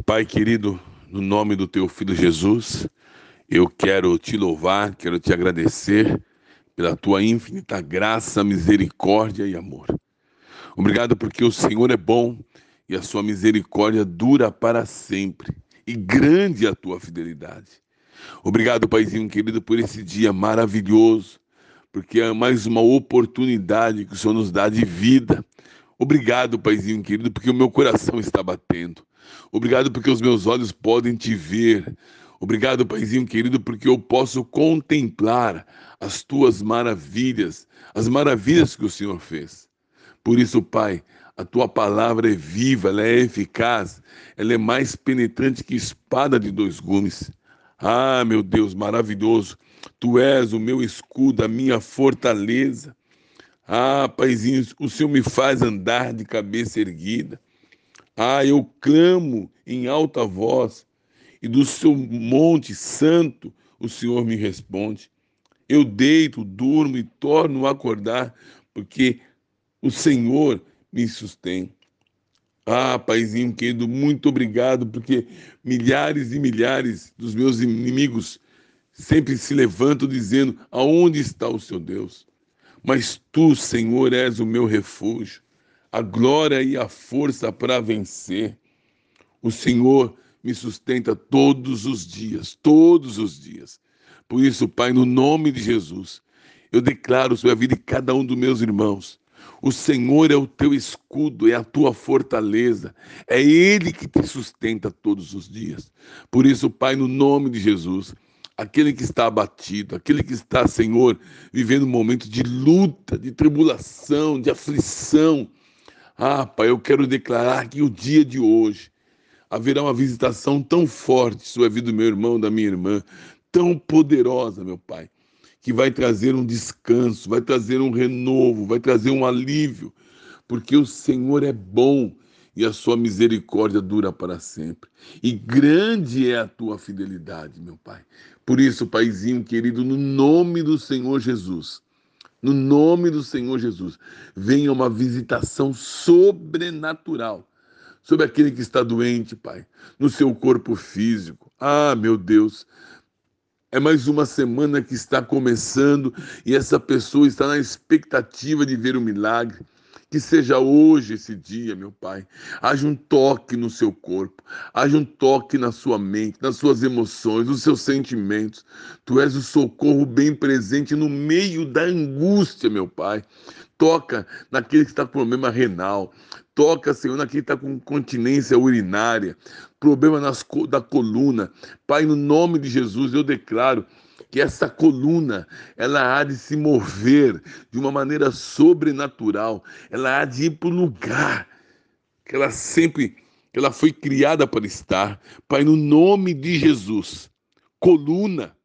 Pai querido, no nome do teu filho Jesus, eu quero te louvar, quero te agradecer pela tua infinita graça, misericórdia e amor. Obrigado porque o Senhor é bom e a sua misericórdia dura para sempre. E grande é a tua fidelidade. Obrigado, Paizinho querido, por esse dia maravilhoso, porque é mais uma oportunidade que o Senhor nos dá de vida. Obrigado, Paizinho querido, porque o meu coração está batendo. Obrigado porque os meus olhos podem te ver. Obrigado, Paizinho querido, porque eu posso contemplar as tuas maravilhas, as maravilhas que o Senhor fez. Por isso, Pai, a tua palavra é viva, ela é eficaz, ela é mais penetrante que espada de dois gumes. Ah, meu Deus, maravilhoso. Tu és o meu escudo, a minha fortaleza. Ah, Paizinho, o Senhor me faz andar de cabeça erguida. Ah, eu clamo em alta voz e do seu monte santo o Senhor me responde. Eu deito, durmo e torno a acordar, porque o Senhor me sustém. Ah, Paizinho querido, muito obrigado, porque milhares e milhares dos meus inimigos sempre se levantam dizendo: aonde está o seu Deus? Mas tu, Senhor, és o meu refúgio, a glória e a força para vencer. O Senhor me sustenta todos os dias, todos os dias. Por isso, Pai, no nome de Jesus, eu declaro sobre a vida de cada um dos meus irmãos. O Senhor é o teu escudo, é a tua fortaleza, é Ele que te sustenta todos os dias. Por isso, Pai, no nome de Jesus, aquele que está abatido, aquele que está, Senhor, vivendo um momento de luta, de tribulação, de aflição, Pai, eu quero declarar que o dia de hoje haverá uma visitação tão forte sobre a vida do meu irmão, da minha irmã, tão poderosa, meu Pai, que vai trazer um descanso, vai trazer um renovo, vai trazer um alívio, porque o Senhor é bom e a sua misericórdia dura para sempre. E grande é a tua fidelidade, meu Pai. Por isso, Paizinho querido, no nome do Senhor Jesus, no nome do Senhor Jesus, venha uma visitação sobrenatural sobre aquele que está doente, Pai, no seu corpo físico. Ah, meu Deus, é mais uma semana que está começando e essa pessoa está na expectativa de ver o milagre. Que seja hoje esse dia, meu Pai. Haja um toque no seu corpo, haja um toque na sua mente, nas suas emoções, nos seus sentimentos. Tu és o socorro bem presente no meio da angústia, meu Pai. Toca naquele que está com problema renal. Toca, Senhor, naquele que está com continência urinária, problema da coluna. Pai, no nome de Jesus, eu declaro que essa coluna, ela há de se mover de uma maneira sobrenatural. Ela há de ir para o lugar que que ela foi criada para estar. Pai, no nome de Jesus, coluna,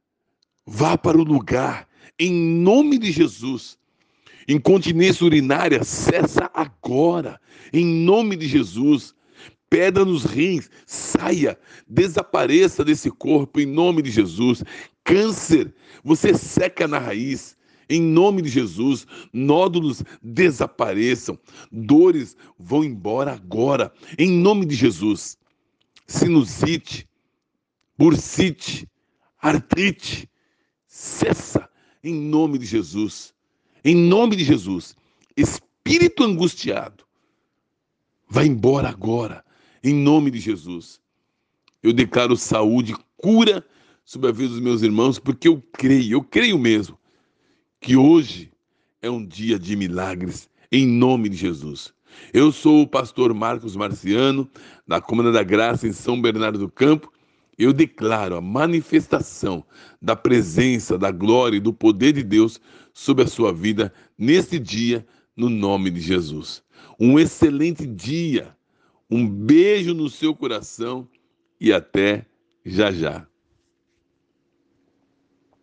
vá para o lugar, em nome de Jesus. Incontinência urinária, cessa agora, em nome de Jesus. Pedra nos rins, saia, desapareça desse corpo, em nome de Jesus. Câncer, você seca na raiz, em nome de Jesus. Nódulos desapareçam, dores vão embora agora, em nome de Jesus. Sinusite, bursite, artrite, cessa, em nome de Jesus. Em nome de Jesus, espírito angustiado, vai embora agora, em nome de Jesus. Eu declaro saúde, cura sobre a vida dos meus irmãos, porque eu creio mesmo, que hoje é um dia de milagres, em nome de Jesus. Eu sou o pastor Marcos Marciano, da Comuna da Graça, em São Bernardo do Campo. Eu declaro a manifestação da presença, da glória e do poder de Deus sobre a sua vida nesse dia, no nome de Jesus. Um excelente dia, um beijo no seu coração e até já já.